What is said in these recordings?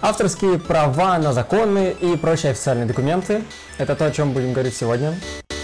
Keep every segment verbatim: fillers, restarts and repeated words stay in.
Авторские права на законы и прочие официальные документы – это то, о чем будем говорить сегодня.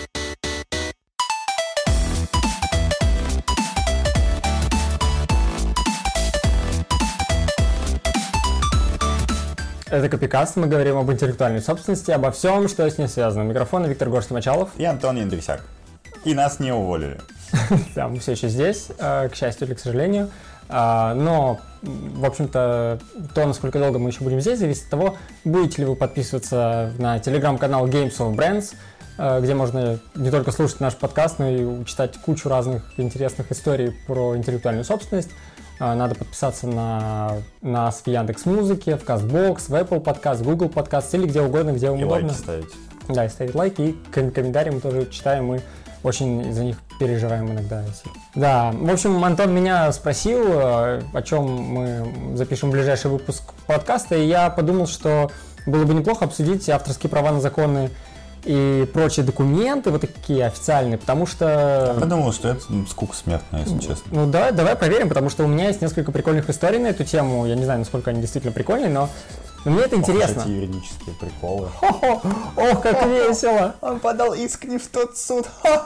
Это Копикаст, мы говорим об интеллектуальной собственности, обо всем, что с ней связано. Микрофон Виктор Горский-Мачалов. И Антон Яндрисяк. И нас не уволили. Да, мы все еще здесь, к счастью или к сожалению. Но, в общем-то, то, насколько долго мы еще будем здесь, зависит от того, будете ли вы подписываться на телеграм-канал Games of Brands, где можно не только слушать наш подкаст, но и читать кучу разных интересных историй про интеллектуальную собственность. Надо подписаться на нас в Яндекс.Музыке, в Castbox, в Apple Podcast, Google Podcast или где угодно, где вам и удобно. И лайки ставить. Да, и ставить лайки, и ком- комментарии мы тоже читаем, мы очень за них переживаем иногда. Да, в общем, Антон меня спросил, о чем мы запишем ближайший выпуск подкаста, и я подумал, что было бы неплохо обсудить авторские права на законы и прочие документы, вот такие официальные, потому что... Я подумал, что это ну, скука смертная, если честно. Ну да, давай проверим, потому что у меня есть несколько прикольных историй на эту тему. Я не знаю, насколько они действительно прикольные, но мне это интересно. Ох, эти юридические приколы. Хо-хо, ох, как весело! Он подал иск не в тот суд.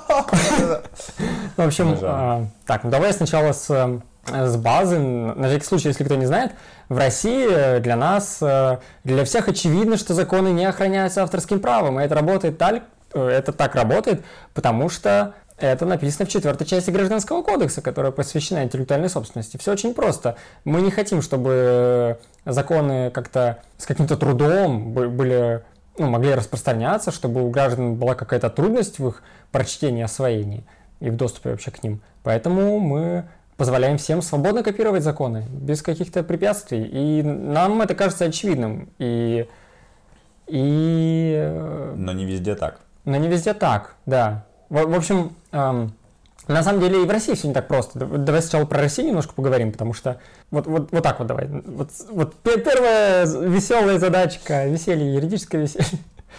В общем, так, ну давай сначала с... С базы, на всякий случай, если кто не знает, в России для нас, для всех очевидно, что законы не охраняются авторским правом, и это работает так, это так работает, потому что это написано в четвертой части Гражданского кодекса, которая посвящена интеллектуальной собственности. Все очень просто. Мы не хотим, чтобы законы как-то с каким-то трудом были, ну, могли распространяться, чтобы у граждан была какая-то трудность в их прочтении, освоении и в доступе вообще к ним. Поэтому мы позволяем всем свободно копировать законы, без каких-то препятствий. И нам это кажется очевидным. И... и... Но не везде так. Но не везде так, да. В, в общем, эм, на самом деле и в России все не так просто. Давай сначала про Россию немножко поговорим, потому что... Вот, вот, вот так вот давай. Вот, вот первая веселая задачка, веселье, юридическое веселье.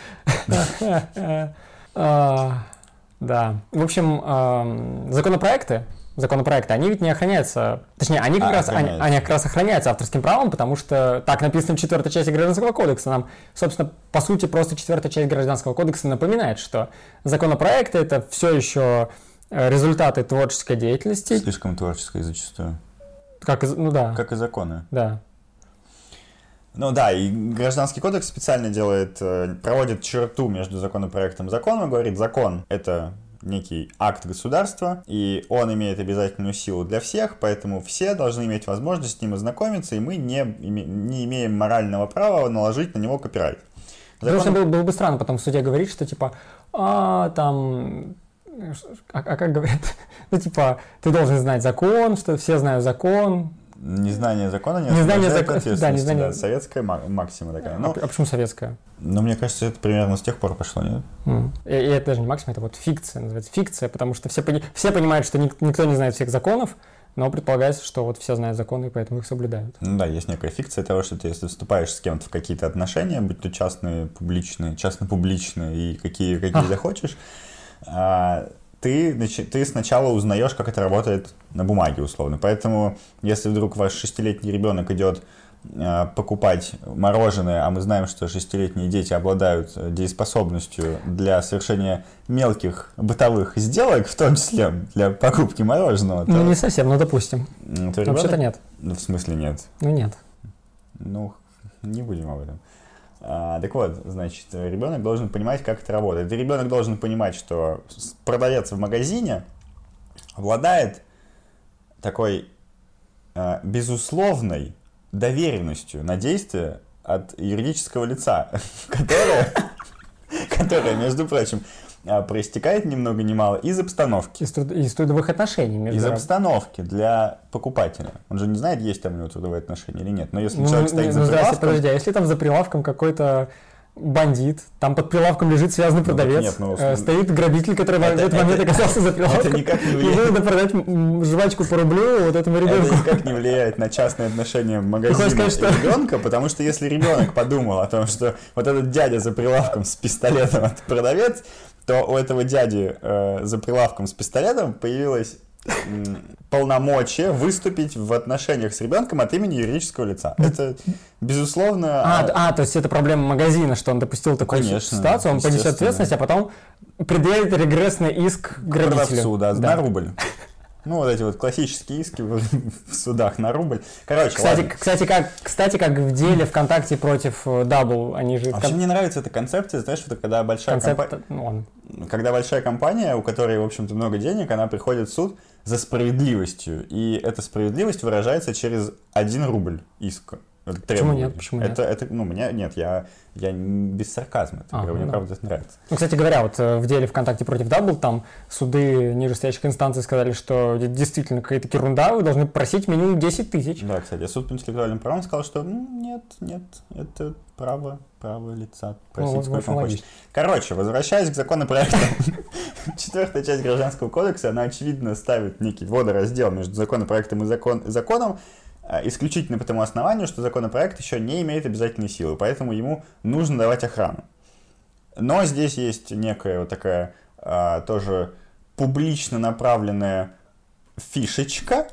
Да. В общем, законопроекты, Законопроекты, они ведь не охраняются, точнее, они как, а, раз, они, они как раз охраняются авторским правом, потому что так написано в четвертой части Гражданского кодекса. Нам, собственно, по сути, просто четвертая часть Гражданского кодекса напоминает, что законопроекты – это все еще результаты творческой деятельности. Слишком творческой зачастую. Как и, ну да. Как и законы. Да. Ну да, и Гражданский кодекс специально делает, проводит черту между законопроектом и законом и говорит, закон – это некий акт государства, и он имеет обязательную силу для всех, поэтому все должны иметь возможность с ним ознакомиться, и мы не, не имеем морального права наложить на него копирайт. Закон... Потому что было, было бы странно потом в суде говорить, что типа, а, там, а, а как говорят, ну типа, ты должен знать закон, что все знают закон. Незнание закона не незнание освобождает закон... ответственности. Да, незнание... Да, советская максима такая. А, ну, а почему советская? Ну, мне кажется, это примерно с тех пор пошло, нет? Mm. И, и это даже не максима, это вот фикция, называется фикция, потому что все, пони... все понимают, что ник- никто не знает всех законов, но предполагается, что вот все знают законы, и поэтому их соблюдают. Ну да, есть некая фикция того, что ты, если вступаешь с кем-то в какие-то отношения, будь то частные, публичные, частно-публичные и какие, какие захочешь, а, ты, ты сначала узнаешь, как это работает на бумаге, условно. Поэтому, если вдруг ваш шестилетний ребенок идет э, покупать мороженое, а мы знаем, что шестилетние дети обладают дееспособностью для совершения мелких бытовых сделок, в том числе для покупки мороженого. Ну, то, не совсем, ну, допустим. То ребенок... Вообще-то нет. Ну, в смысле нет? Ну, нет. Ну, не будем об этом. А, так вот, значит, ребенок должен понимать, как это работает. И ребенок должен понимать, что продавец в магазине обладает такой а, безусловной доверенностью на действие от юридического лица, которое, которое, между прочим, проистекает ни много ни мало из обстановки. Из, труд... из трудовых отношений. Между... Из обстановки для покупателя. Он же не знает, есть там у него трудовые отношения или нет. Но если ну, человек стоит ну, за прилавком... Подожди, а если там за прилавком какой-то бандит, там под прилавком лежит связанный ну, продавец, нет, ну, э, стоит грабитель, который это, в этот момент это, оказался за прилавком, это никак не влияет. И надо продать жвачку по рублю вот этому ребенку. Это никак не влияет на частные отношения магазина сказать, что... и ребенка, потому что если ребенок подумал о том, что вот этот дядя за прилавком с пистолетом, это продавец, то у этого дяди э, за прилавком с пистолетом появилась полномочия выступить в отношениях с ребенком от имени юридического лица. Это, безусловно... А, а, то есть это проблема магазина, что он допустил такую Конечно, ситуацию, он понесет ответственность, а потом предъявит регрессный иск грабителю. Продавцу, да, да, на рубль. Ну, вот эти вот классические иски в судах на рубль. Короче, кстати, ладно. кстати, как, кстати, как в деле ВКонтакте против Double, они же... А вообще мне нравится эта концепция, знаешь, что когда большая Концепт... компания... Ну, он... Когда большая компания, у которой, в общем-то, много денег, она приходит в суд за справедливостью. И эта справедливость выражается через один рубль иска. Почему нет? Почему нет? Это, это, ну, меня, нет, я, я без сарказма это а, говорю, ну, мне да. правда это нравится. Ну, кстати говоря, вот в деле ВКонтакте против Double, там суды нижестоящих инстанций сказали, что действительно какая-то ерунда, вы должны просить минимум десять тысяч. Да, кстати, суд по интеллектуальным правам сказал, что нет, нет, это право, право лица просить, ну, сколько он хочет. Короче, возвращаясь к законопроекту, четвертая часть Гражданского кодекса, она очевидно ставит некий водораздел между законопроектом и закон, законом, исключительно по тому основанию, что законопроект еще не имеет обязательной силы, поэтому ему нужно давать охрану. Но здесь есть некая вот такая а, тоже публично направленная фишечка,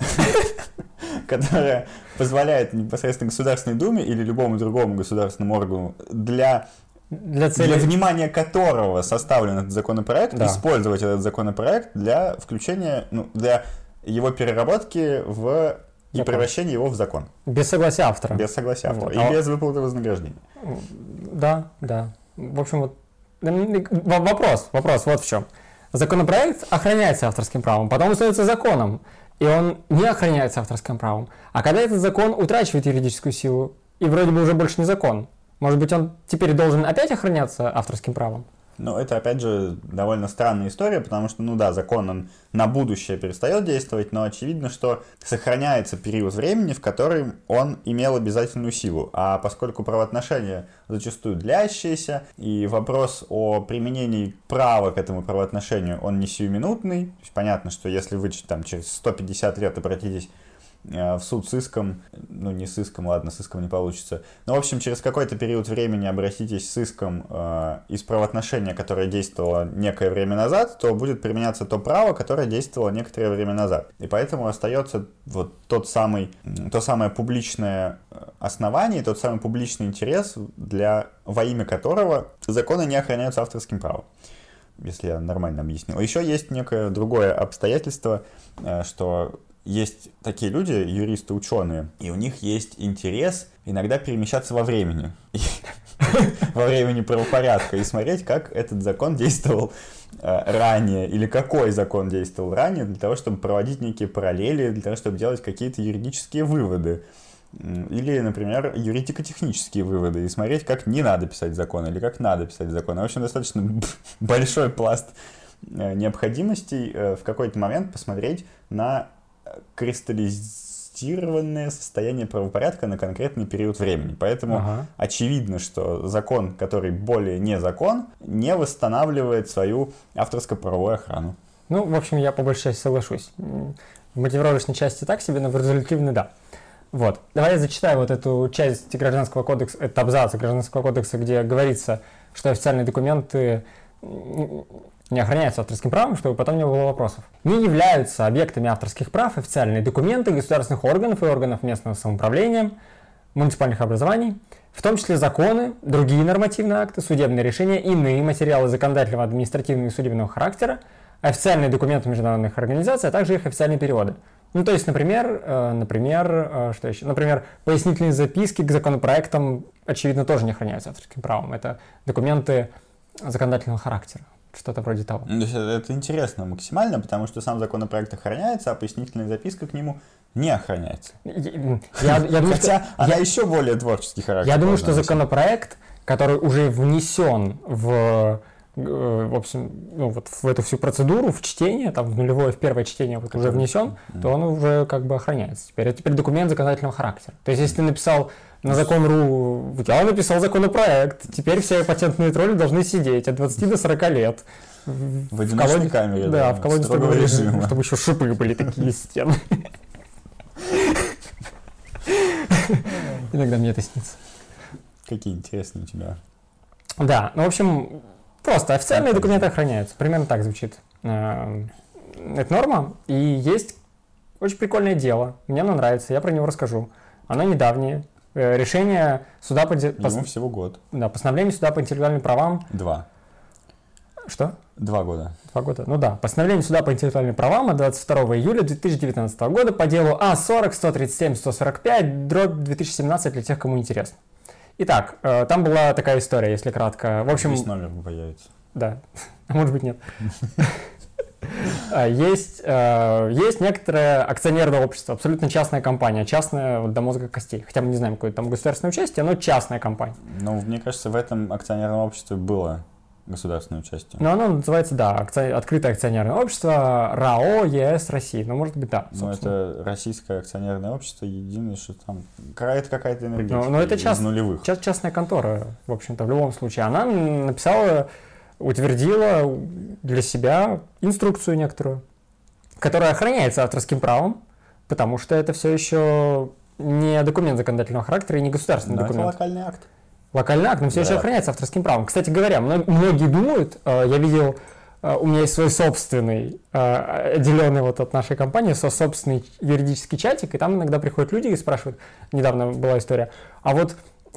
которая позволяет непосредственно Государственной Думе или любому другому государственному органу для, для, цели... для внимания которого составлен этот законопроект, да. использовать этот законопроект для включения, ну, для его переработки в и закон. Превращение его в закон. Без согласия автора. Без согласия автора. Вот. И а... без выплаты вознаграждения. Да, да. В общем, вот вопрос, вопрос вот в чем. Законопроект охраняется авторским правом, потом становится законом, и он не охраняется авторским правом. А когда этот закон утрачивает юридическую силу, и вроде бы уже больше не закон, может быть, он теперь должен опять охраняться авторским правом? Ну, это, опять же, довольно странная история, потому что, ну да, закон, он на будущее перестает действовать, но очевидно, что сохраняется период времени, в который он имел обязательную силу. А поскольку правоотношения зачастую длящиеся, и вопрос о применении права к этому правоотношению, он не сиюминутный, то есть понятно, что если вы там через сто пятьдесят лет обратитесь в суд с иском, ну не с иском, ладно, с иском не получится, но в общем через какой-то период времени обратитесь с иском э, из правоотношения, которое действовало некое время назад, то будет применяться то право, которое действовало некоторое время назад. И поэтому остается вот тот самый, то самое публичное основание, тот самый публичный интерес, для, во имя которого законы не охраняются авторским правом. Если я нормально объяснил. Еще есть некое другое обстоятельство, э, что есть такие люди, юристы, ученые, и у них есть интерес иногда перемещаться во времени, во времени правопорядка, и смотреть, как этот закон действовал ранее, или какой закон действовал ранее, для того, чтобы проводить некие параллели, для того, чтобы делать какие-то юридические выводы. Или, например, юридико-технические выводы, и смотреть, как не надо писать закон, или как надо писать закон. В общем, достаточно большой пласт необходимостей в какой-то момент посмотреть на кристаллизированное состояние правопорядка на конкретный период времени. Поэтому ага. очевидно, что закон, который более не закон, не восстанавливает свою авторско-правовую охрану. Ну, в общем, я по большей части соглашусь. В мотивировочной части так себе, но в результативной да. Вот. Давай я зачитаю вот эту часть Гражданского кодекса, это абзац Гражданского кодекса, где говорится, что официальные документы не охраняются авторским правом, чтобы потом не было вопросов. Не являются объектами авторских прав официальные документы государственных органов и органов местного самоуправления, муниципальных образований, в том числе законы, другие нормативные акты, судебные решения, иные материалы законодательного, административного и судебного характера, официальные документы международных организаций, а также их официальные переводы. Ну, то есть, например, э, например, э, что еще? Например, пояснительные записки к законопроектам, очевидно, тоже не охраняются авторским правом. Это документы законодательного характера. Что-то вроде того. Это интересно максимально, потому что сам законопроект охраняется, а пояснительная записка к нему не охраняется. Я, я думаю, Хотя что, она я, еще более творческий характер. Я думаю, что носить. Законопроект, который уже внесен в, в общем, ну, вот в эту всю процедуру, в чтение, там в нулевое, в первое чтение вот уже внесен, mm-hmm. то он уже как бы охраняется. Теперь это теперь документ законодательного характера. То есть, если ты написал на закон.ру, я написал законопроект, теперь все патентные тролли должны сидеть от двадцати до сорока лет. В, в одиночной камере, да, да, в колонии строгого режима. Чтобы еще шипы были такие стены. Иногда мне это снится. Какие интересные у тебя. Да, ну, в общем, просто официальные документы охраняются. Примерно так звучит это норма, и есть очень прикольное дело, мне оно нравится, я про него расскажу. Оно недавнее. Решение суда по... Ему пос... всего год. Да, постановление суда по интеллектуальным правам. Два. Что? Два года. Два года. Ну да. Постановление суда по интеллектуальным правам от двадцать второго июля две тысячи девятнадцатого года по делу А сорок сто тридцать семь сто сорок пять дробь две тысячи семнадцать для тех, кому интересно. Итак, там была такая история, если кратко. В общем... Здесь номер появится. Да. А может быть нет. Есть, есть некоторое акционерное общество, абсолютно частная компания, частная до мозга костей. Хотя мы не знаем, какое там государственное участие, но частная компания. Ну, мне кажется, в этом акционерном обществе было государственное участие. Но оно называется, да, акци... открытое акционерное общество РАО ЕС России. Ну, может быть, да. Ну, это российское акционерное общество, единое, что там это какая-то энергетика но, но это из част... нулевых. Част... частная контора, в общем-то, в любом случае. Она написала, утвердила для себя инструкцию некоторую, которая охраняется авторским правом, потому что это все еще не документ законодательного характера и не государственный но документ. Это локальный акт. Локальный акт, но все да. еще охраняется авторским правом. Кстати говоря, многие думают, я видел, у меня есть свой собственный, отделенный вот от нашей компании, со собственный юридический чатик, и там иногда приходят люди и спрашивают, недавно была история, а вот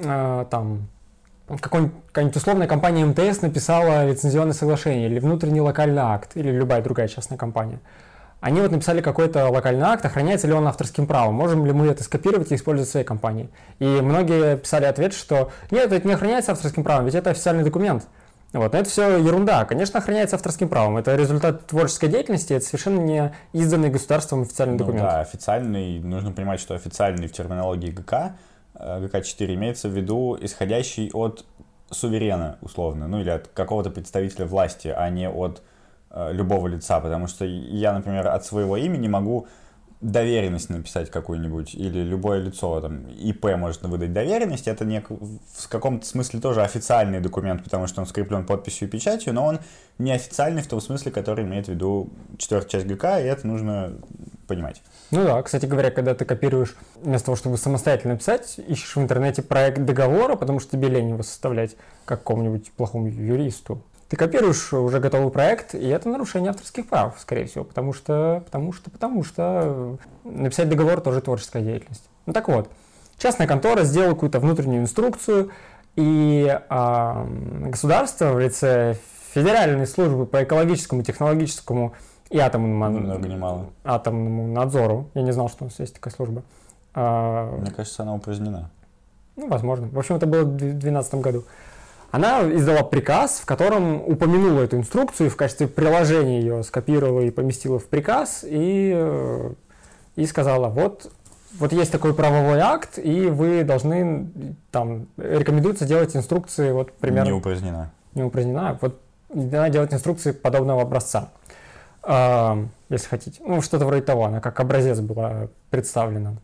там какая-нибудь условная компания эм тэ эс написала лицензионное соглашение, или внутренний локальный акт, или любая другая частная компания. Они вот написали какой-то локальный акт, охраняется ли он авторским правом, можем ли мы это скопировать и использовать в своей компании. И многие писали ответ, что нет, это не охраняется авторским правом, ведь это официальный документ. Вот. Но это все ерунда. Конечно, охраняется авторским правом. Это результат творческой деятельности, это совершенно не изданный государством официальный ну, документ. Да, официальный, нужно понимать, что официальный в терминологии ГК, ГК четыре имеется в виду исходящий от суверена, условно, ну или от какого-то представителя власти, а не от любого лица, потому что я, например, от своего имени могу доверенность написать какую-нибудь, или любое лицо, там, ИП может выдать доверенность, это не, в каком-то смысле тоже официальный документ, потому что он скреплен подписью и печатью, но он не официальный в том смысле, который имеет в виду четвертая часть ГК, и это нужно понимать. Ну да, кстати говоря, когда ты копируешь, вместо того, чтобы самостоятельно писать, ищешь в интернете проект договора, потому что тебе лень его составлять как какому-нибудь плохому юристу. Ты копируешь уже готовый проект, и это нарушение авторских прав, скорее всего, потому что, потому что, потому что написать договор тоже творческая деятельность. Ну так вот, частная контора сделала какую-то внутреннюю инструкцию, и а, государство в лице Федеральной службы по экологическому, технологическому и атомному, много ни мало. атомному надзору, я не знал, что у нас есть такая служба. А, Мне кажется, она упразднена. Ну, возможно. В общем, это было в две тысячи двенадцатом году. Она издала приказ, в котором упомянула эту инструкцию, в качестве приложения ее скопировала и поместила в приказ, и, и сказала, вот, вот есть такой правовой акт, и вы должны, там, рекомендуется делать инструкции, вот, примерно... Не упразднена. Не упразднена. Вот, надо делать инструкции подобного образца, э, если хотите. Ну, что-то вроде того, она как образец была представлена.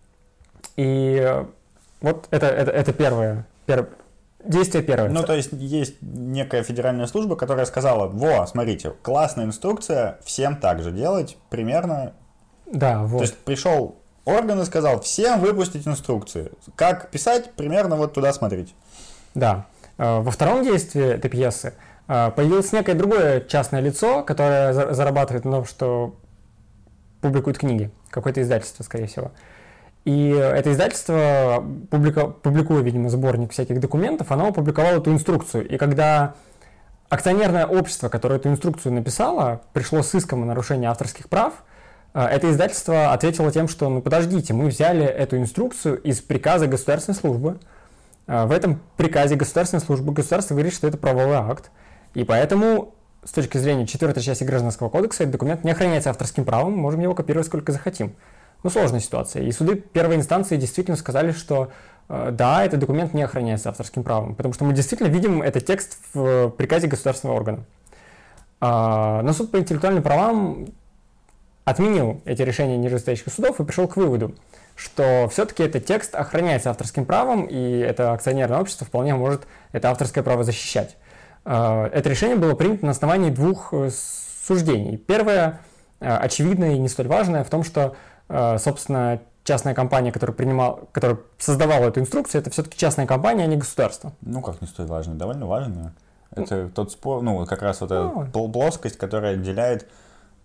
И вот это, это, это первое, первое. Действие первое. Ну, то есть, есть некая федеральная служба, которая сказала, во, смотрите, классная инструкция, всем так же делать, примерно. Да, вот. То есть, пришел орган и сказал, всем выпустить инструкции. Как писать, примерно вот туда смотрите. Да. Во втором действии этой пьесы появилось некое другое частное лицо, которое зарабатывает на том, что публикует книги. Какое-то издательство, скорее всего. И это издательство, публика, публикуя, видимо, сборник всяких документов, оно опубликовало эту инструкцию. И когда акционерное общество, которое эту инструкцию написало, пришло с иском о нарушении авторских прав, это издательство ответило тем, что, ну подождите, мы взяли эту инструкцию из приказа государственной службы. В этом приказе государственной службы государство говорит, что это правовой акт. И поэтому, с точки зрения четвертой части Гражданского кодекса, этот документ не охраняется авторским правом, мы можем его копировать сколько захотим. Ну, сложная ситуация. И суды первой инстанции действительно сказали, что э, да, этот документ не охраняется авторским правом, потому что мы действительно видим этот текст в приказе государственного органа. А, но суд по интеллектуальным правам отменил эти решения нижестоящих судов и пришел к выводу, что все-таки этот текст охраняется авторским правом, и это акционерное общество вполне может это авторское право защищать. А, это решение было принято на основании двух суждений. Первое, очевидное и не столь важное, в том, что собственно, частная компания, которая, принимала, которая создавала эту инструкцию, это все-таки частная компания, а не государство. Ну, как не столь важно, довольно важно. Это ну, тот спор, ну, как раз вот ну, эта плоскость, которая отделяет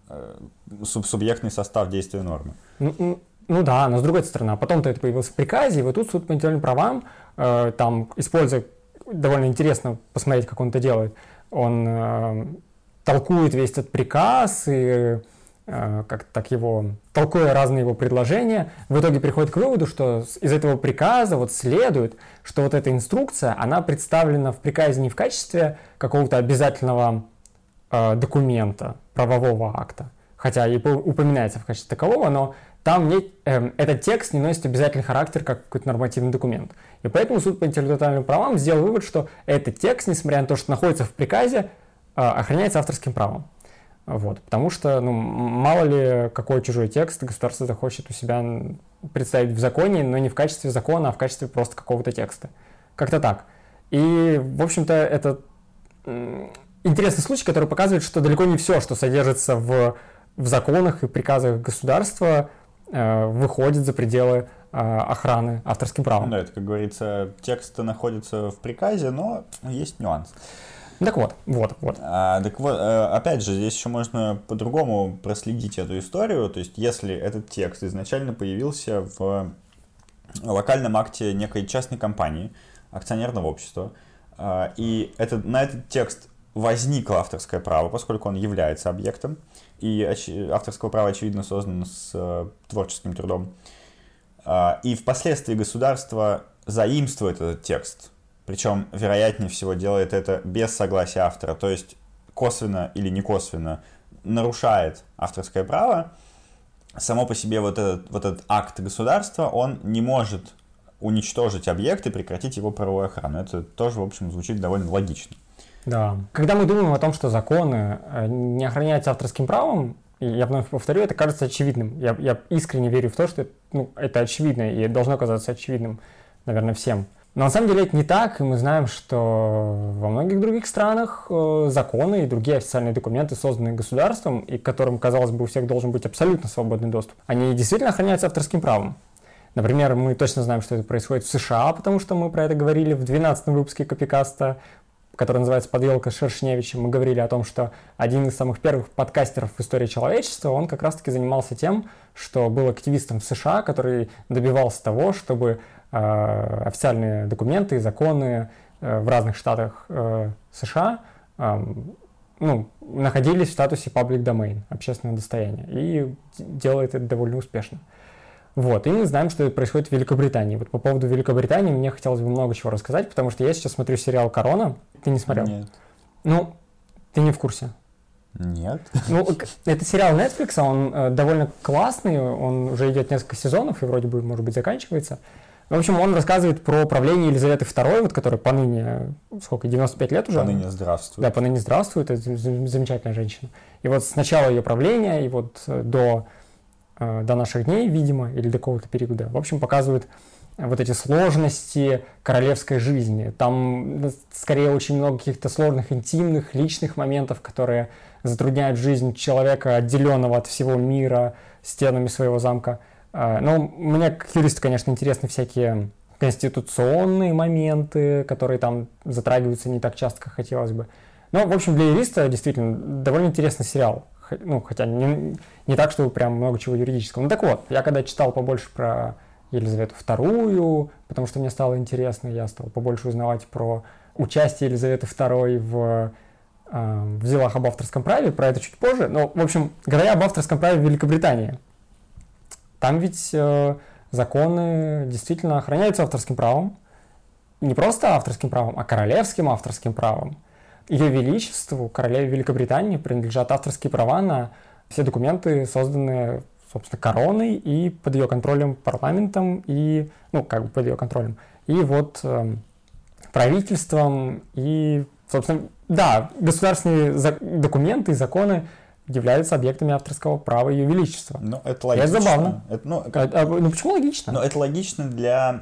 субъектный состав действия нормы. Ну, ну да, но с другой стороны, а потом-то это появилось в приказе, и вот тут суд по интеллектуальным правам, э, там, используя, довольно интересно посмотреть, как он это делает, он э, толкует весь этот приказ и э, как так его, толкуя разные его предложения, в итоге приходит к выводу, что из этого приказа вот следует, что вот эта инструкция, она представлена в приказе не в качестве какого-то обязательного э, документа, правового акта, хотя и упоминается в качестве такового, но там не, э, этот текст не носит обязательный характер как какой-то нормативный документ. И поэтому суд по интеллектуальным правам сделал вывод, что этот текст, несмотря на то, что находится в приказе, э, охраняется авторским правом. Вот, потому что, ну, мало ли какой чужой текст государство захочет у себя представить в законе, но не в качестве закона, а в качестве просто какого-то текста. Как-то так. И, в общем-то, это интересный случай, который показывает, что далеко не все, что содержится в, в законах и приказах государства, э, выходит за пределы э, охраны авторским правом. Да, это, как говорится, текст находится в приказе, но есть нюанс. Так вот, вот, вот. А, так вот, опять же, здесь еще можно по-другому проследить эту историю. То есть, если этот текст изначально появился в локальном акте некой частной компании, акционерного общества, и это, на этот текст возникло авторское право, поскольку он является объектом, и авторское право, очевидно, создано с творческим трудом, и впоследствии государство заимствует этот текст, причем, вероятнее всего, делает это без согласия автора, то есть косвенно или не косвенно нарушает авторское право, само по себе вот этот, вот этот акт государства, он не может уничтожить объект и прекратить его правовую охрану. Это тоже, в общем, звучит довольно логично. Да. Когда мы думаем о том, что законы не охраняются авторским правом, и я вновь повторю, это кажется очевидным. Я, я искренне верю в то, что ну, это очевидно, и должно казаться очевидным, наверное, всем. Но на самом деле это не так, и мы знаем, что во многих других странах э, законы и другие официальные документы, созданные государством, и к которым, казалось бы, у всех должен быть абсолютно свободный доступ, они действительно охраняются авторским правом. Например, мы точно знаем, что это происходит в США, потому что мы про это говорили в двенадцатом выпуске Копикаста, который называется «Подъелка с Шершневичем». Мы говорили о том, что один из самых первых подкастеров в истории человечества, он как раз-таки занимался тем, что был активистом в США, который добивался того, чтобы э, официальные документы и законы э, в разных штатах э, США э, ну, находились в статусе public domain, общественного достояния, и делает это довольно успешно. Вот, и мы знаем, что это происходит в Великобритании. Вот по поводу Великобритании мне хотелось бы много чего рассказать, потому что я сейчас смотрю сериал «Корона». Ты не смотрел? Нет. Ну, ты не в курсе? Нет. Ну, это сериал Netflix, он э, довольно классный, он уже идет несколько сезонов и вроде бы, может быть, заканчивается. В общем, он рассказывает про правление Елизаветы второй, вот, которая поныне, сколько, девяносто пять лет уже? Поныне здравствует. Да, поныне здравствует, это замечательная женщина. И вот с начала ее правления и вот до... до наших дней, видимо, или до какого-то периода, в общем, показывают вот эти сложности королевской жизни. Там, скорее, очень много каких-то сложных, интимных, личных моментов, которые затрудняют жизнь человека, отделенного от всего мира стенами своего замка. Но мне, как юристу, конечно, интересны всякие конституционные моменты, которые там затрагиваются не так часто, как хотелось бы. Но, в общем, для юриста, действительно, довольно интересный сериал. Ну, хотя не, не так, чтобы прям много чего юридического. Ну так вот, я когда читал побольше про Елизавету вторую, потому что мне стало интересно, я стал побольше узнавать про участие Елизаветы второй в, э, в делах об авторском праве, про это чуть позже. Но, в общем, говоря об авторском праве в Великобритании, там ведь э, законы действительно охраняются авторским правом. Не просто авторским правом, а королевским авторским правом. Ее Величеству, королеве Великобритании, принадлежат авторские права на все документы, созданные, собственно, короной и под ее контролем парламентом, и, ну, как бы под ее контролем, и вот э, правительством, и, собственно, да, государственные за- документы и законы являются объектами авторского права Ее Величества. Ну, это логично. Это забавно. Это, ну, как... а, а, ну, почему логично? Ну, это логично для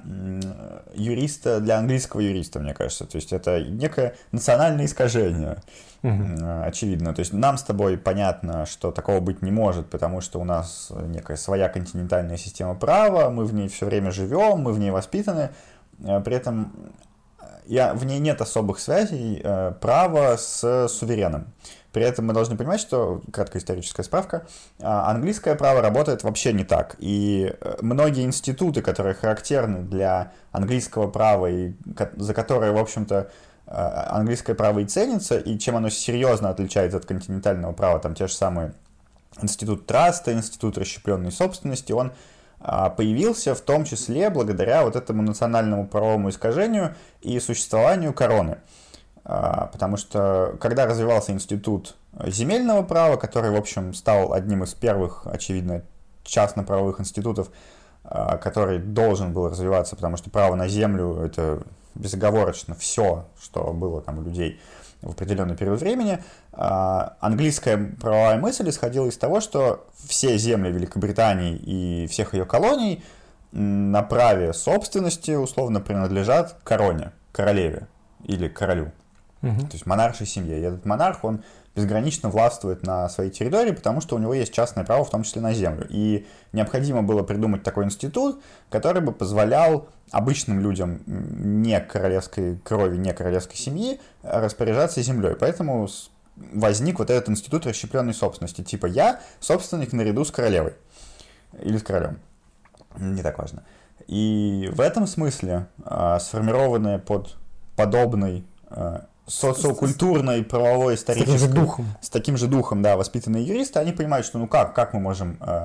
юриста, для английского юриста, мне кажется. То есть, это некое национальное искажение, угу. Очевидно. То есть, нам с тобой понятно, что такого быть не может, потому что у нас некая своя континентальная система права, мы в ней все время живем, мы в ней воспитаны. При этом я, в ней нет особых связей э, права с сувереном. При этом мы должны понимать, что, краткая историческая справка, английское право работает вообще не так. И многие институты, которые характерны для английского права, и за которые, в общем-то, английское право и ценится, и чем оно серьезно отличается от континентального права, там те же самые институт траста, институт расщепленной собственности, он появился в том числе благодаря вот этому национальному правовому искажению и существованию короны. Потому что, когда развивался институт земельного права, который, в общем, стал одним из первых, очевидно, частно-правовых институтов, который должен был развиваться, потому что право на землю – это безоговорочно все, что было там у людей в определенный период времени, английская правовая мысль исходила из того, что все земли Великобритании и всех ее колоний на праве собственности условно принадлежат короне, королеве или королю. Uh-huh. То есть монаршей семье. И этот монарх, он безгранично властвует на своей территории, потому что у него есть частное право, в том числе на землю. И необходимо было придумать такой институт, который бы позволял обычным людям не королевской крови, не королевской семьи распоряжаться землей. Поэтому возник вот этот институт расщепленной собственности. Типа я собственник наряду с королевой. Или с королем. Не так важно. И в этом смысле сформированные под подобной социокультурной, правовой, исторической... С таким же духом. С таким же духом, да, воспитанные юристы, они понимают, что ну как, как мы можем э,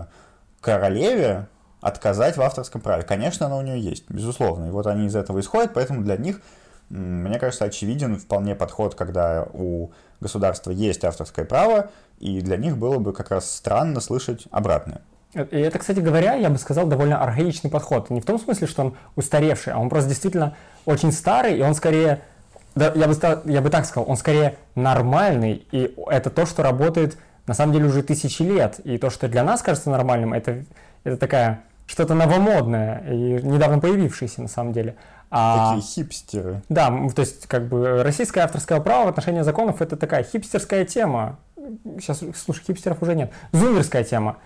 королеве отказать в авторском праве? Конечно, оно у нее есть, безусловно. И вот они из этого исходят, поэтому для них, мне кажется, очевиден вполне подход, когда у государства есть авторское право, и для них было бы как раз странно слышать обратное. И это, кстати говоря, я бы сказал, довольно архаичный подход. Не в том смысле, что он устаревший, а он просто действительно очень старый, и он скорее... Да, я бы, я бы так сказал, он скорее нормальный, и это то, что работает на самом деле уже тысячи лет. И то, что для нас кажется нормальным, это, это такая что-то новомодное и недавно появившееся на самом деле. А, Такие хипстеры. Да, то есть как бы российское авторское право в отношении законов это такая хипстерская тема. Сейчас, слушай, хипстеров уже нет. Зумерская тема.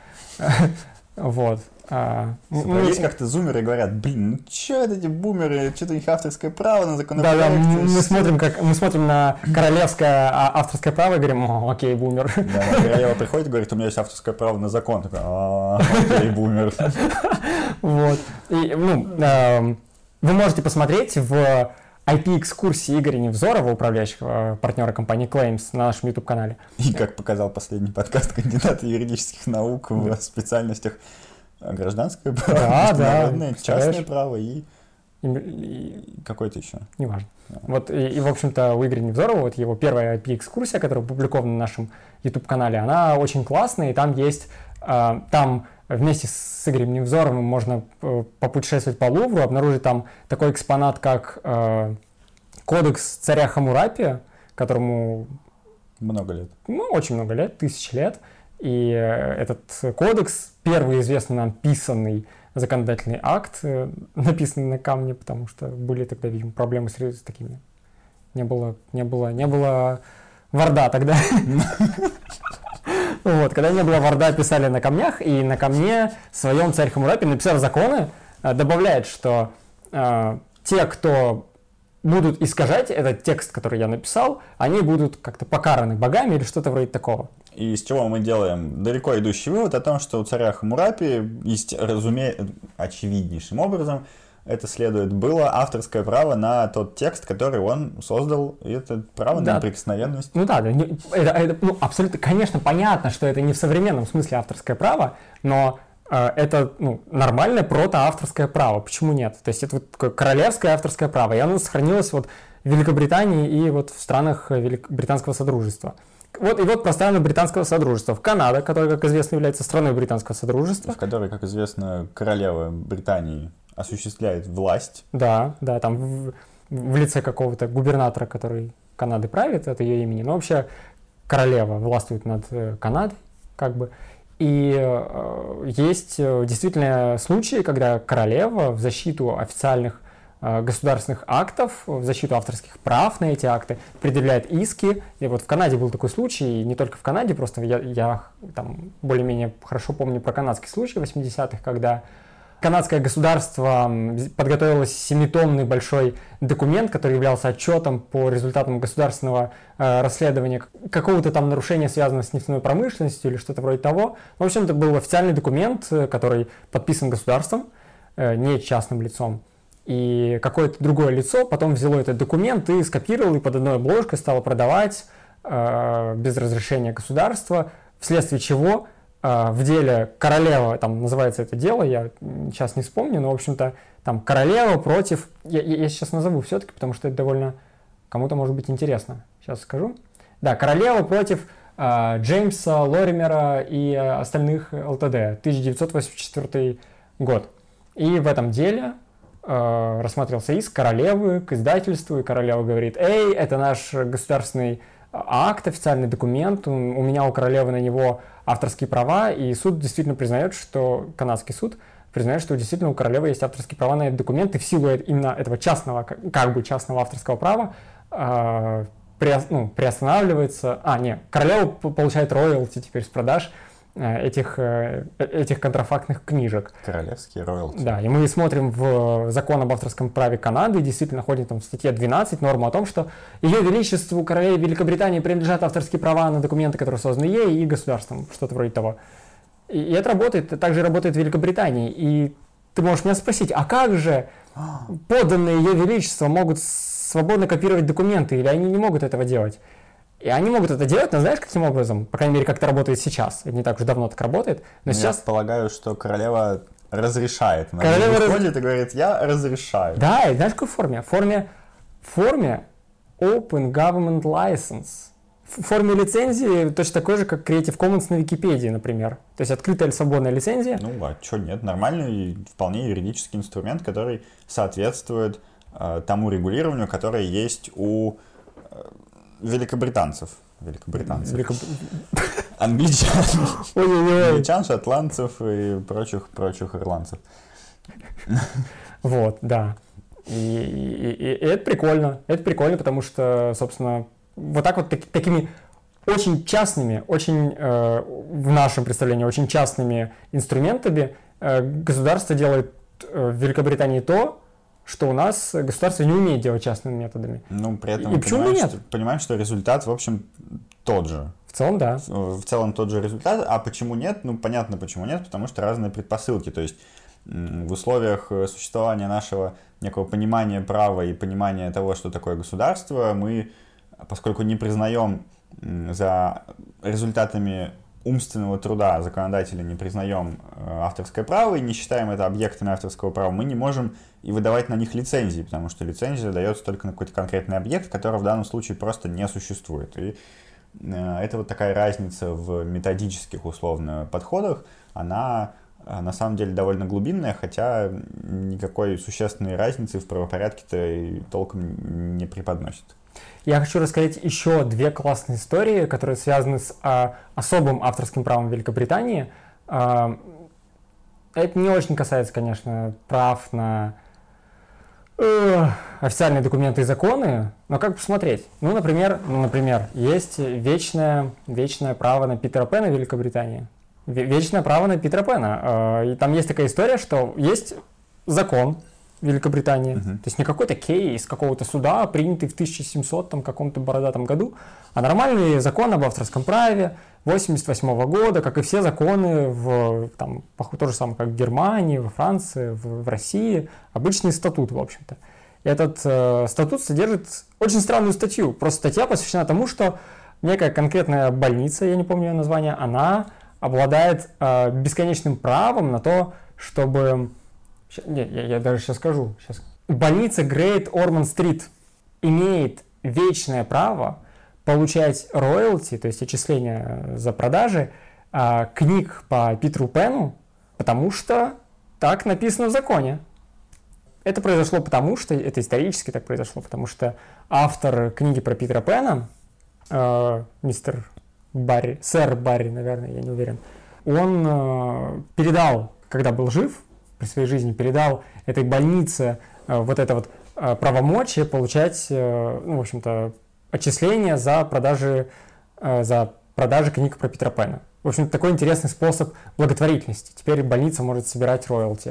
Вот. А, ну, есть как-то зумеры говорят, блин, ну что это эти бумеры, что-то у них авторское право на законопроект. Да, да, мы, мы, смотрим, как, мы смотрим на королевское авторское право и говорим, о, окей, бумер. Да, королева приходит и говорит, у меня есть авторское право на закон. Такой, а, окей, бумер. Вот. И, ну, вы можете посмотреть в ай пи-экскурсии Игоря Невзорова, управляющего партнера компании Claims, на нашем YouTube-канале. И, как показал последний подкаст, кандидата юридических наук в специальностях гражданское право, да, международное, да, частное право и, и, и какое-то еще. Неважно. Да. Вот, и, и, в общем-то, у Игоря Невзорова, вот его первая ай пи-экскурсия, которая опубликована на нашем YouTube-канале, она очень классная, и там есть, э, там вместе с Игорем Невзоровым можно э, попутешествовать по Лувру, обнаружить там такой экспонат, как э, кодекс царя Хаммурапи, которому... Много лет. Ну, очень много лет, тысячи лет. И этот кодекс, первый известный нам писанный законодательный акт, написанный на камне, потому что были тогда, видимо, проблемы с, с такими. Не было, не было, не было Ворда тогда. Вот, когда не было Ворда, писали на камнях, и на камне в своем царь Хаммурапи, написав законы, добавляет, что те, кто будут искажать этот текст, который я написал, они будут как-то покараны богами или что-то вроде такого. И из чего мы делаем далеко идущий вывод о том, что у царя Хаммурапи, есть, разумеется, очевиднейшим образом, это следует, было авторское право на тот текст, который он создал, и это право да. на неприкосновенность. Ну да, это, это ну, абсолютно, конечно, понятно, что это не в современном смысле авторское право, но э, это ну, нормальное протоавторское право, почему нет? То есть это вот такое королевское авторское право, и оно сохранилось вот в Великобритании и вот в странах Велик... Британского Содружества. Вот, и вот про страны Британского Содружества. Канада, которая, как известно, является страной Британского Содружества. В которой, как известно, королева Британии осуществляет власть. Да, да, там в, в лице какого-то губернатора, который Канады правит, это ее имени. Но вообще королева властвует над Канадой, как бы. И э, есть действительно случаи, когда королева в защиту официальных государственных актов, в защиту авторских прав на эти акты, предъявляет иски. И вот в Канаде был такой случай, и не только в Канаде, просто я, я там более-менее хорошо помню про канадский случай восьмидесятых, когда канадское государство подготовило семитомный большой документ, который являлся отчетом по результатам государственного э, расследования какого-то там нарушения, связанного с нефтяной промышленностью или что-то вроде того. В общем, это был официальный документ, который подписан государством, э, не частным лицом. И какое-то другое лицо потом взяло этот документ и скопировало, и под одной обложкой стало продавать э, без разрешения государства, вследствие чего э, в деле королева, там называется это дело, я сейчас не вспомню, но, в общем-то, там королева против... Я, я сейчас назову все-таки, потому что это довольно кому-то может быть интересно. Сейчас скажу. Да, королева против э, Джеймса Лоримера и э, остальных эл тэ дэ, тысяча девятьсот восемьдесят четвёртый год. И в этом деле... рассматривался иск королевы к издательству, и королева говорит: эй, это наш государственный акт, официальный документ, у меня у королевы на него авторские права, и суд действительно признает, что, канадский суд признает, что действительно у королевы есть авторские права на этот документ, и в силу именно этого частного, как бы частного авторского права э, при, ну, приостанавливается, а, не, королева получает роялти теперь с продаж этих, этих контрафактных книжек. Королевские роялти. Да, и мы смотрим в закон об авторском праве Канады, и действительно находим там в статье двенадцать норму о том, что Ее Величеству королеве Великобритании принадлежат авторские права на документы, которые созданы ей и государством, что-то вроде того. И, и это работает, это также работает в Великобритании. И ты можешь меня спросить, а как же подданные Ее Величества могут свободно копировать документы, или они не могут этого делать? И они могут это делать, но знаешь, каким образом? По крайней мере, как это работает сейчас. Это не так уж давно так работает. Но я сейчас... полагаю, что королева разрешает. Она королева выходит раз... и говорит: я разрешаю. Да, и знаешь, в какой форме? В форме, в форме Open Government License. В форме лицензии точно такой же, как Creative Commons на Википедии, например. То есть открытая или свободная лицензия. Ну, а что нет? Нормальный, вполне юридический инструмент, который соответствует э, тому регулированию, которое есть у... Э, великобританцев. Великобританцев. Великоб... Англичан. Ой-ой-ой. Англичан, шотландцев и прочих, прочих ирландцев. Вот, да. И, и, и, и это прикольно. Это прикольно, потому что, собственно, вот так вот так, такими очень частными, очень, э, в нашем представлении, очень частными инструментами э, государство делает э, в Великобритании то, что у нас государство не умеет делать частными методами. Ну, при этом и почему нет? Что, понимаешь, что результат, в общем, тот же. В целом, да. В целом тот же результат. А почему нет? Ну, понятно, почему нет, потому что разные предпосылки. То есть в условиях существования нашего некого понимания права и понимания того, что такое государство, мы, поскольку не признаем за результатами умственного труда законодателя, не признаем авторское право и не считаем это объектами авторского права, мы не можем и выдавать на них лицензии, потому что лицензия дается только на какой-то конкретный объект, которого в данном случае просто не существует. И это вот такая разница в методических, условно, подходах, она на самом деле довольно глубинная, хотя никакой существенной разницы в правопорядке-то и толком не преподносит. Я хочу рассказать еще две классные истории, которые связаны с а, особым авторским правом Великобритании. А, это не очень касается, конечно, прав на э, официальные документы и законы, но как посмотреть? Ну, например, ну, например, есть вечное, вечное право на Питера Пэна в Великобритании. Вечное право на Питера Пэна. А, и там есть такая история, что есть закон Великобритании. Uh-huh. То есть не какой-то кейс какого-то суда, принятый в тысяча семисотом каком-то бородатом году, а нормальный закон об авторском праве восемьдесят восьмого года, как и все законы, в, там, то же самое, как в Германии, во Франции, в, в России. Обычный статут, в общем-то. И этот э, статут содержит очень странную статью. Просто статья посвящена тому, что некая конкретная больница, я не помню ее название, она обладает э, бесконечным правом на то, чтобы... Не, я, я даже сейчас скажу. Сейчас. Больница Great Ormond Street имеет вечное право получать роялти, то есть отчисления за продажи а, книг по Питеру Пэну, потому что так написано в законе. Это произошло потому, что, это исторически так произошло, потому что автор книги про Питера Пэна, э, мистер Барри, сэр Барри, наверное, я не уверен, он э, передал, когда был жив, при своей жизни передал этой больнице э, вот это вот э, правомочие получать, э, ну, в общем-то, отчисления за продажи, э, за продажи книг про Питера Пэна. В общем, такой интересный способ благотворительности. Теперь больница может собирать роялти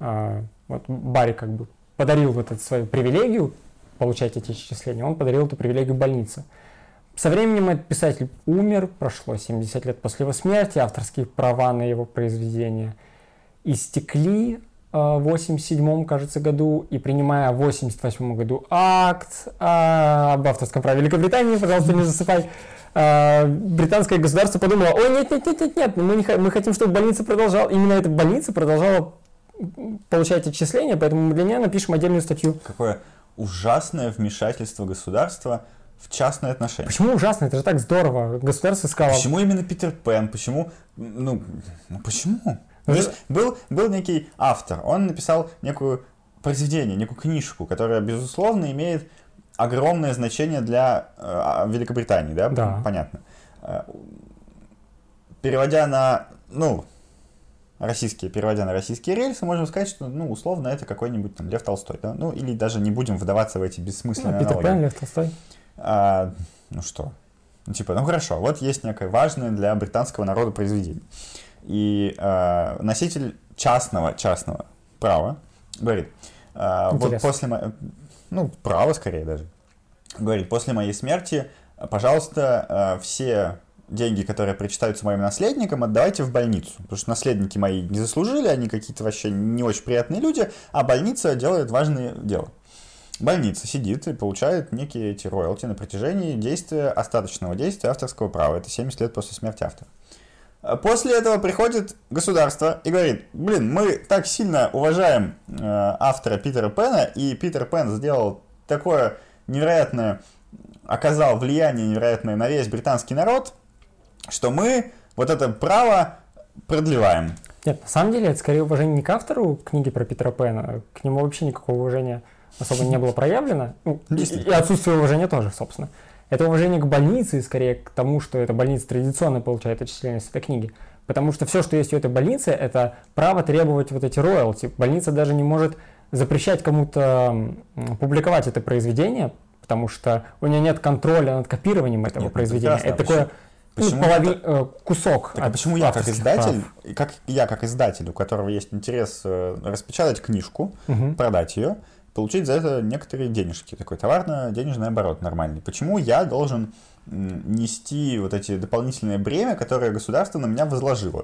э, вот Барри как бы подарил вот эту свою привилегию получать эти отчисления, он подарил эту привилегию больнице. Со временем этот писатель умер, прошло семьдесят лет после его смерти, авторские права на его произведения истекли в восемьдесят седьмом, кажется, году, и принимая в восемьдесят восьмом году акт а, об авторском праве Великобритании, пожалуйста, не засыпай, а, британское государство подумало: ой, нет, нет, нет, нет, нет, мы, не, мы хотим, чтобы больница продолжала, именно эта больница продолжала получать отчисления, поэтому мы для нее напишем отдельную статью. Какое ужасное вмешательство государства в частные отношения. Почему ужасно? Это же так здорово. Государство сказало... Почему именно Питер Пен? Почему? Ну, ну почему? То есть был, был некий автор, он написал некую произведение, некую книжку, которая, безусловно, имеет огромное значение для э, Великобритании, да? Да. Понятно. Э, переводя на, ну, российские, переводя на российские рельсы, можем сказать, что, ну, условно, это какой-нибудь там Лев Толстой, да? Ну, или даже не будем вдаваться в эти бессмысленные ну, Питер аналогии. Пен, Лев Толстой. А, ну что? Ну, типа, ну хорошо, вот есть некое важное для британского народа произведение. И э, носитель частного, частного права говорит, э, вот после моей, ну, права скорее даже, говорит, после моей смерти, пожалуйста, э, все деньги, которые причитаются моим наследникам, отдавайте в больницу. Потому что наследники мои не заслужили, они какие-то вообще не очень приятные люди, а больница делает важное дело. Больница сидит и получает некие эти роялти на протяжении действия, остаточного действия авторского права. Это семьдесят лет после смерти автора. После этого приходит государство и говорит: блин, мы так сильно уважаем э, автора Питера Пена, и Питер Пен сделал такое невероятное, оказал влияние невероятное на весь британский народ, что мы вот это право продлеваем. Нет, на самом деле это скорее уважение не к автору книги про Питера Пена, к нему вообще никакого уважения особо не было проявлено, ну, и, и отсутствие уважения тоже, собственно. Это уважение к больнице и скорее к тому, что эта больница традиционно получает отчисления с этой книги. Потому что все, что есть у этой больницы, это право требовать вот эти роялти. Больница даже не может запрещать кому-то публиковать это произведение, потому что у нее нет контроля над копированием этого нет, произведения. Это такое почему ну, полови... это... кусок. Так, а почему я как издатель, прав. как я как издатель, у которого есть интерес распечатать книжку, угу. продать ее, получить за это некоторые денежки, такой товарно-денежный оборот нормальный. Почему я должен нести вот эти дополнительные бремя, которые государство на меня возложило?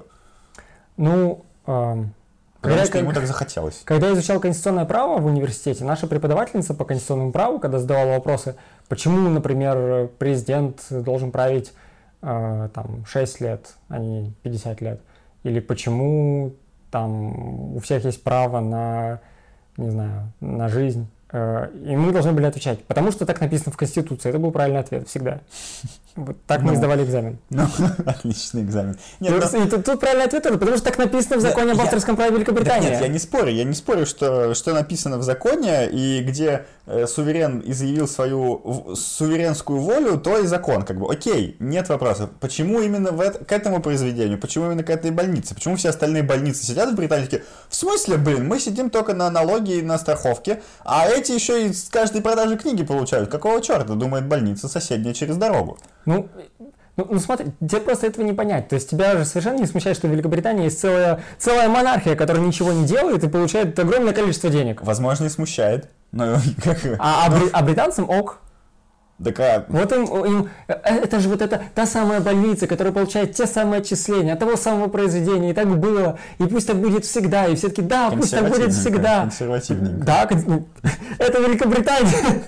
Ну, э, потому когда, что ему так захотелось. Когда я изучал конституционное право в университете, наша преподавательница по конституционному праву, когда задавала вопросы, почему, например, президент должен править э, там, шесть лет, а не пятьдесят лет, или почему там у всех есть право на... не знаю, на жизнь. И мы должны были отвечать, потому что так написано в Конституции. Это был правильный ответ всегда. Вот так ну, мы сдавали экзамен. Ну, отличный экзамен. Нет, ну, но... и тут, тут правильный ответ, потому что так написано в законе об авторском праве Великобритании. Нет, я не спорю, я не спорю, что, что написано в законе, и где э, суверен изъявил свою в, суверенскую волю, то и закон. Как бы, окей, нет вопросов. Почему именно в это, к этому произведению, почему именно к этой больнице? Почему все остальные больницы сидят в Британии такие: в смысле, блин, мы сидим только на налоги и на страховке, а эти еще и с каждой продажи книги получают. Какого черта, думает больница соседняя через дорогу? Ну, ну, ну смотри, тебе просто этого не понять. То есть тебя же совершенно не смущает, что в Великобритании есть целая, целая монархия, которая ничего не делает и получает огромное количество денег. Возможно, и смущает. Но, как... а, а, бри, а британцам ок. Так, а... Вот им, им, это же вот эта та самая больница, которая получает те самые отчисления от того самого произведения, и так было, и пусть так будет всегда, и все таки да, пусть так будет всегда. Консервативненько. Да, это Великобритания.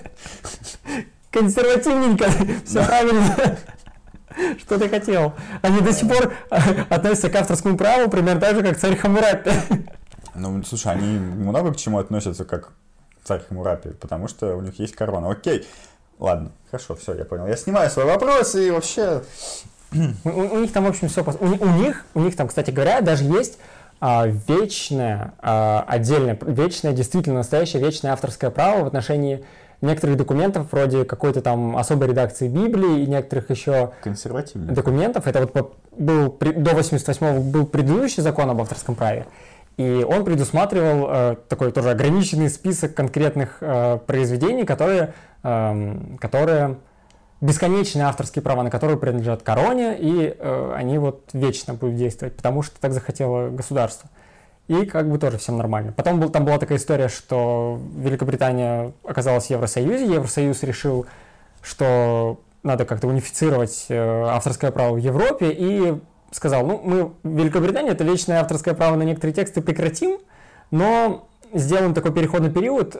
Консервативненько, все правильно. Что ты хотел? Они до сих пор относятся к авторскому праву примерно так же, как царь Хаммурапи. Ну, слушай, они много к чему относятся, как царь Хаммурапи, потому что у них есть корона. Окей, ладно, хорошо, все, я понял. Я снимаю свой вопрос и вообще... У, у них там, в общем, все... У, у, них, у них там, кстати говоря, даже есть а, вечное, а, отдельное, вечное, действительно настоящее вечное авторское право в отношении некоторых документов, вроде какой-то там особой редакции Библии и некоторых еще документов. Это вот был до восемьдесят восьмого был предыдущий закон об авторском праве, и он предусматривал э, такой тоже ограниченный список конкретных э, произведений, которые, э, которые бесконечные авторские права, на которые принадлежат короне, и э, они вот вечно будут действовать, потому что так захотело государство. и как бы тоже всем нормально. Потом был, там была такая история, что Великобритания оказалась в Евросоюзе, Евросоюз решил, что надо как-то унифицировать авторское право в Европе, и сказал, ну, мы, Великобритания, это вечное авторское право на некоторые тексты прекратим, но сделаем такой переходный период,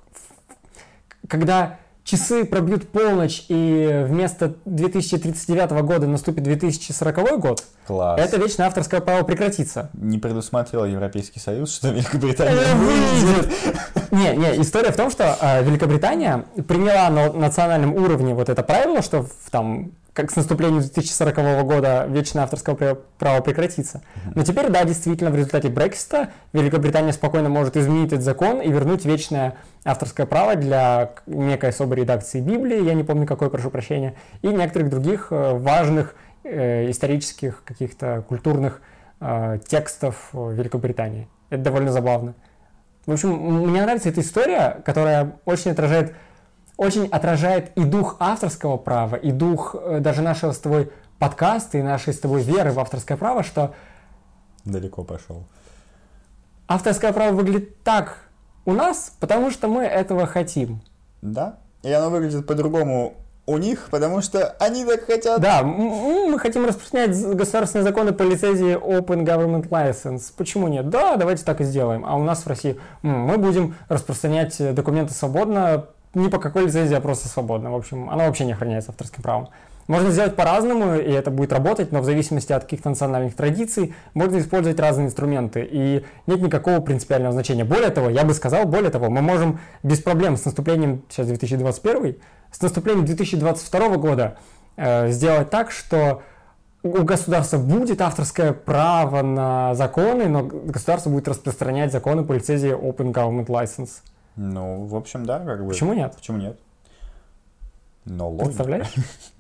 когда часы пробьют полночь, и вместо две тысячи тридцать девятого года наступит две тысячи сороковой год. Класс. Это вечное авторское право прекратится. Не предусмотрел Европейский Союз, что Великобритания выйдет. Не, не, история в том, что э, Великобритания приняла на национальном уровне вот это правило, что в, там, как с наступлением две тысячи сорокового года вечное авторское право прекратится. Но теперь, да, действительно, в результате Брексита Великобритания спокойно может изменить этот закон и вернуть вечное авторское право для некой особой редакции Библии, я не помню какой, прошу прощения, и некоторых других э, важных э, исторических каких-то культурных э, текстов Великобритании. Это довольно забавно. В общем, мне нравится эта история, которая очень отражает, очень отражает и дух авторского права, и дух э, даже нашего с тобой подкаста, и нашей с тобой веры в авторское право, что далеко пошел. Авторское право выглядит так у нас, потому что мы этого хотим. Да, и оно выглядит по-другому у них, потому что они так хотят. Да, мы хотим распространять государственные законы по лицензии Open Government License. Почему нет? Да, давайте так и сделаем. А у нас в России мы будем распространять документы свободно, не по какой лицензии, а просто свободно. В общем, оно вообще не охраняется авторским правом. Можно сделать по-разному, и это будет работать, но в зависимости от каких-то национальных традиций можно использовать разные инструменты, и нет никакого принципиального значения. Более того, я бы сказал, более того, мы можем без проблем с наступлением, сейчас две тысячи двадцать первый, с наступлением две тысячи двадцать второго года э, сделать так, что у государства будет авторское право на законы, но государство будет распространять законы по лицензии Open Government License. Ну, в общем, да, как бы. Почему нет? Почему нет? Но логика. Представляешь?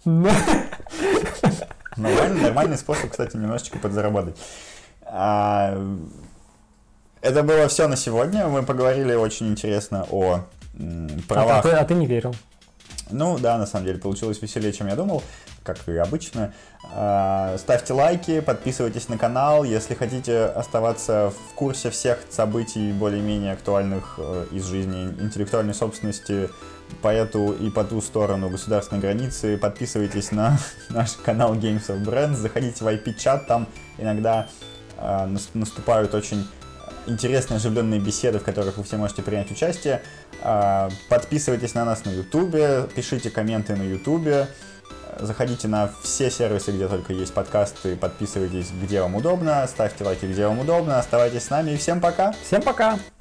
Нормальный, нормальный способ, кстати, немножечко подзаработать. А, это было все на сегодня. Мы поговорили очень интересно о м, правах. А, а, ты, а ты не верил. Ну да, на самом деле получилось веселее, чем я думал, как и обычно. А, ставьте лайки, подписывайтесь на канал. Если хотите оставаться в курсе всех событий более-менее актуальных э, из жизни интеллектуальной собственности по эту и по ту сторону государственной границы, подписывайтесь на наш канал Games of Brands, заходите в ай пи-чат, там иногда э, наступают очень интересные оживленные беседы, в которых вы все можете принять участие. Э, подписывайтесь на нас на Ютубе, пишите комменты на Ютубе, заходите на все сервисы, где только есть подкасты, подписывайтесь, где вам удобно, ставьте лайки, где вам удобно, оставайтесь с нами и всем пока! Всем пока!